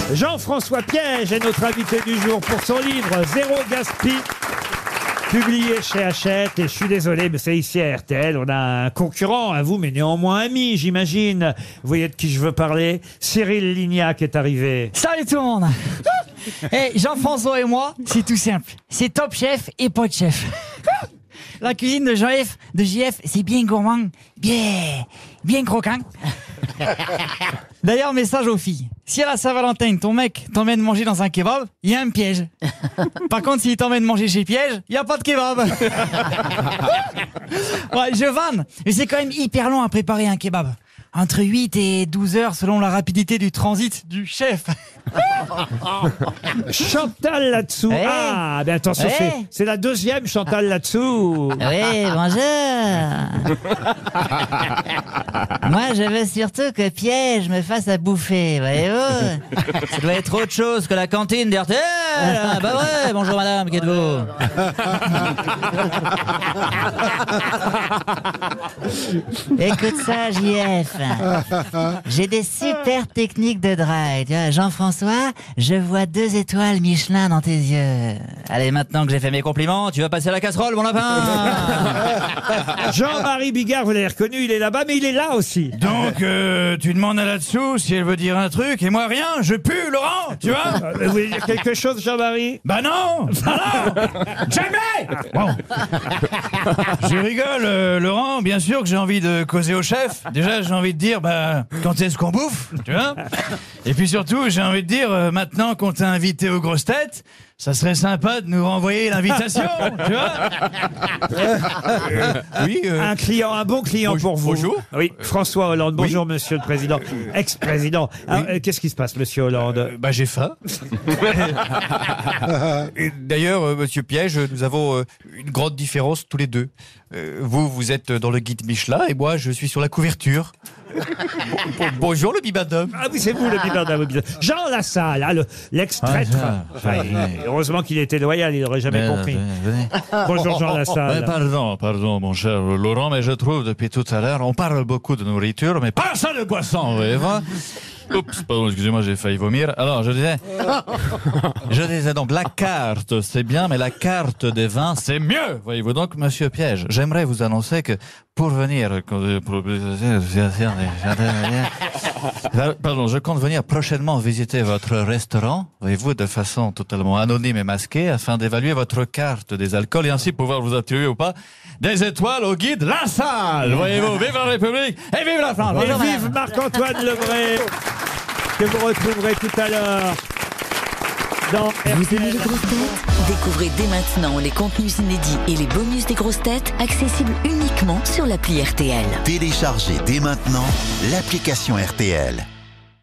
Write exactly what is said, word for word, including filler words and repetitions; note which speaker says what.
Speaker 1: Jean-François Piège est notre invité du jour pour son livre Zéro Gaspille, publié chez Hachette. Et je suis désolé, mais c'est ici à R T L. On a un concurrent à vous, mais néanmoins ami, j'imagine. Vous voyez de qui je veux parler? Cyril Lignac est arrivé.
Speaker 2: Salut tout le monde. Et Jean-François et moi, c'est tout simple. C'est Top Chef et pas de chef. La cuisine de J F, de J F, c'est bien gourmand, bien, bien croquant. D'ailleurs, message aux filles. Si à la Saint-Valentin, ton mec t'emmène manger dans un kebab, il y a un piège. Par contre, s'il t'emmène manger chez Piège, il n'y a pas de kebab. Ouais, je vanne, mais c'est quand même hyper long à préparer un kebab. Entre huit et douze heures selon la rapidité du transit du chef.
Speaker 1: Chantal là-dessous.
Speaker 2: Ouais.
Speaker 1: Ah, ben attention,
Speaker 2: Ouais.
Speaker 1: c'est, c'est la deuxième Chantal là-dessous.
Speaker 2: Oui, bonjour. Moi, je veux surtout que Piège me fasse à bouffer, voyez-vous. Ça doit être autre chose que la cantine d'R T L. Ah, bah ouais, bonjour madame, qui êtes-vous? Écoute ça, J F. J'ai des super techniques de drague. Tu vois, Jean-François, je vois deux étoiles Michelin dans tes yeux. Allez, maintenant que j'ai fait mes compliments, tu vas passer à la casserole, mon lapin.
Speaker 1: Jean-Marie Bigard, vous l'avez reconnu, il est là-bas, mais il est là aussi.
Speaker 3: Donc, euh, tu demandes à là-dessous si elle veut dire un truc, et moi rien, je pue, Laurent, tu vois?
Speaker 1: Euh, Vous voulez dire quelque chose, Jean-Marie?
Speaker 3: Bah non, voilà, jamais. Bon, je rigole, euh, Laurent, bien sûr que j'ai envie de causer au chef. Déjà, j'ai envie de dire, bah, quand est-ce qu'on bouffe, tu vois? Et puis surtout, j'ai envie de dire, euh, maintenant qu'on t'a invité aux grosses têtes, ça serait sympa de nous renvoyer l'invitation, tu vois? Oui, euh,
Speaker 1: Un client, un bon client
Speaker 3: Bonjour-
Speaker 1: pour vous.
Speaker 3: bonjour.
Speaker 1: Oui, François Hollande. Bonjour, monsieur le président. Ex-président. Ah, euh, qu'est-ce qui se passe, monsieur Hollande?
Speaker 3: Euh, bah j'ai faim. Et D'ailleurs, euh, Monsieur Piège, nous avons euh, une grande différence tous les deux. Euh, vous, vous êtes dans le guide Michelin et moi, je suis sur la couverture. Bon- bon- bonjour le bibadum.
Speaker 1: Ah oui, c'est vous, le bibardin. Jean Lassalle, hein, le- l'ex-traître.
Speaker 3: Ah, ça,
Speaker 1: Enfin, il- heureusement qu'il était loyal, il n'aurait jamais compris. Bonjour, Jean
Speaker 3: Ouais,
Speaker 1: Lassalle.
Speaker 3: pardon, pardon, mon cher Laurent, mais je trouve depuis tout à l'heure, on parle beaucoup de nourriture, mais pas ça de boisson, voyez-vous. Oups, pardon, excusez-moi, j'ai failli vomir. Alors, je disais, je disais donc, la carte, c'est bien, mais la carte des vins, c'est mieux, voyez-vous. Donc, Monsieur Piège, j'aimerais vous annoncer que pour venir, pardon, je compte venir prochainement visiter votre restaurant, voyez-vous, de façon totalement anonyme et masquée, afin d'évaluer votre carte des alcools et ainsi pouvoir vous attribuer ou pas des étoiles au guide Lassalle, voyez-vous. Vive la République et vive la France.
Speaker 1: Et vive Marc-Antoine Lebré, que vous retrouverez tout à l'heure dans
Speaker 4: Vous
Speaker 1: R T
Speaker 4: aimez
Speaker 1: L.
Speaker 4: les grosses têtes? Découvrez dès maintenant les contenus inédits et les bonus des grosses têtes accessibles uniquement sur l'appli R T L.
Speaker 5: Téléchargez dès maintenant l'application R T L.